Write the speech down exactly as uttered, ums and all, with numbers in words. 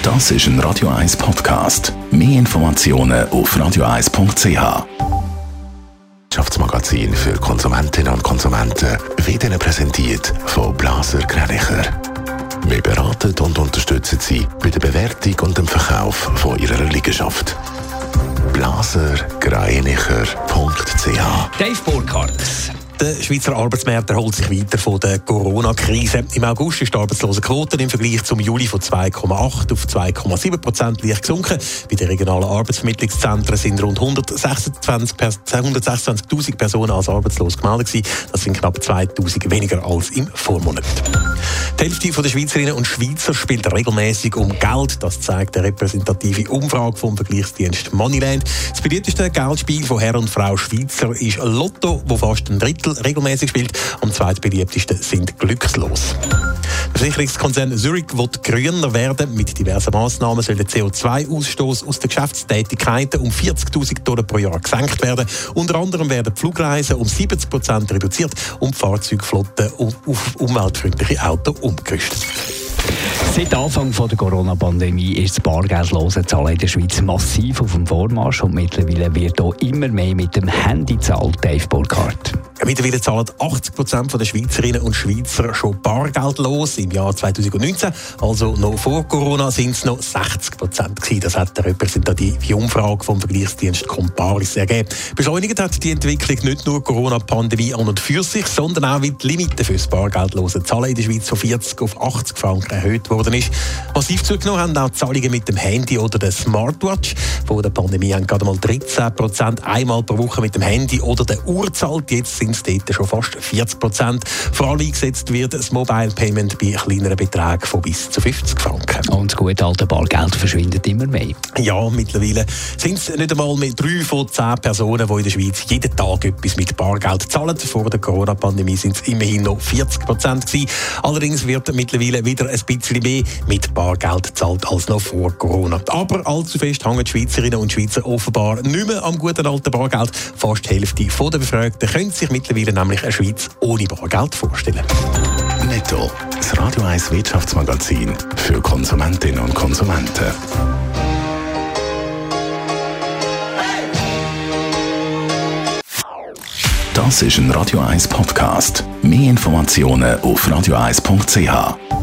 Das ist ein Radio eins Podcast. Mehr Informationen auf radio eins punkt c h. Wirtschaftsmagazin für Konsumentinnen und Konsumenten wird Ihnen präsentiert von Blaser Greinicher. Wir beraten und unterstützen Sie bei der Bewertung und dem Verkauf von Ihrer Liegenschaft. blaser greinicher punkt c h. Dave Burkhardt. Der Schweizer Arbeitsmarkt erholt sich weiter von der Corona-Krise. Im August ist die Arbeitslosenquote im Vergleich zum Juli von zwei Komma acht auf zwei Komma sieben Prozent leicht gesunken. Bei den regionalen Arbeitsvermittlungszentren sind rund hundertsechsundzwanzigtausend Personen als arbeitslos gemeldet gewesen. Das sind knapp zweitausend weniger als im Vormonat. Die Hälfte der Schweizerinnen und Schweizer spielt regelmäßig um Geld. Das zeigt eine repräsentative Umfrage vom Vergleichsdienst Moneyland. Das beliebteste Geldspiel von Herr und Frau Schweizer ist Lotto, wo fast ein Drittel regelmäßig spielt. Am zweitbeliebtesten sind Glückslos. Der Versicherungskonzern Zurich will grüner werden. Mit diversen Massnahmen soll der C O zwei Ausstoß aus den Geschäftstätigkeiten um vierzigtausend Dollar pro Jahr gesenkt werden. Unter anderem werden die Flugreisen um siebzig Prozent reduziert und die Fahrzeugflotte auf umweltfreundliche Autos umgerüstet. Seit Anfang der Corona-Pandemie ist das bargeldlose Zahlen in der Schweiz massiv auf dem Vormarsch und mittlerweile wird auch immer mehr mit dem Handy gezahlt, Dave Burkhardt. Ja, mittlerweile zahlen achtzig Prozent der Schweizerinnen und Schweizer schon bargeldlos. Im Jahr zweitausendneunzehn, also noch vor Corona, sind es noch sechzig Prozent gewesen. Das hat eine repräsentative Umfrage vom Vergleichsdienst Comparis ergeben. Beschleunigt hat die Entwicklung nicht nur die Corona-Pandemie an und für sich, sondern auch, wie die Limite für das bargeldlose Zahlen in der Schweiz von vierzig auf achtzig Franken erhöht worden ist. Massiv zugenommen haben auch die Zahlungen mit dem Handy oder der Smartwatch. Vor der Pandemie haben gerade mal dreizehn Prozent einmal pro Woche mit dem Handy oder der Uhr gezahlt. Jetzt sind es dort schon fast vierzig Prozent. Vor allem eingesetzt wird das Mobile Payment bei kleineren Beträgen von bis zu fünfzig Franken. Und das gute alte Bargeld verschwindet immer mehr. Ja, mittlerweile sind es nicht einmal mehr drei von zehn Personen, die in der Schweiz jeden Tag etwas mit Bargeld zahlen. Vor der Corona-Pandemie sind es immerhin noch vierzig Prozent gewesen. Allerdings wird mittlerweile wieder ein bisschen mehr mit Bargeld gezahlt als noch vor Corona. Aber allzu fest hängen die Schweizerinnen und Schweizer offenbar nicht mehr am guten alten Bargeld. Fast die Hälfte der Befragten können sich mittlerweile nämlich eine Schweiz ohne Bargeld vorstellen. Netto, das Radio eins Wirtschaftsmagazin für Konsumentinnen und Konsumenten. Das ist ein Radio eins Podcast. Mehr Informationen auf radio eins punkt c h.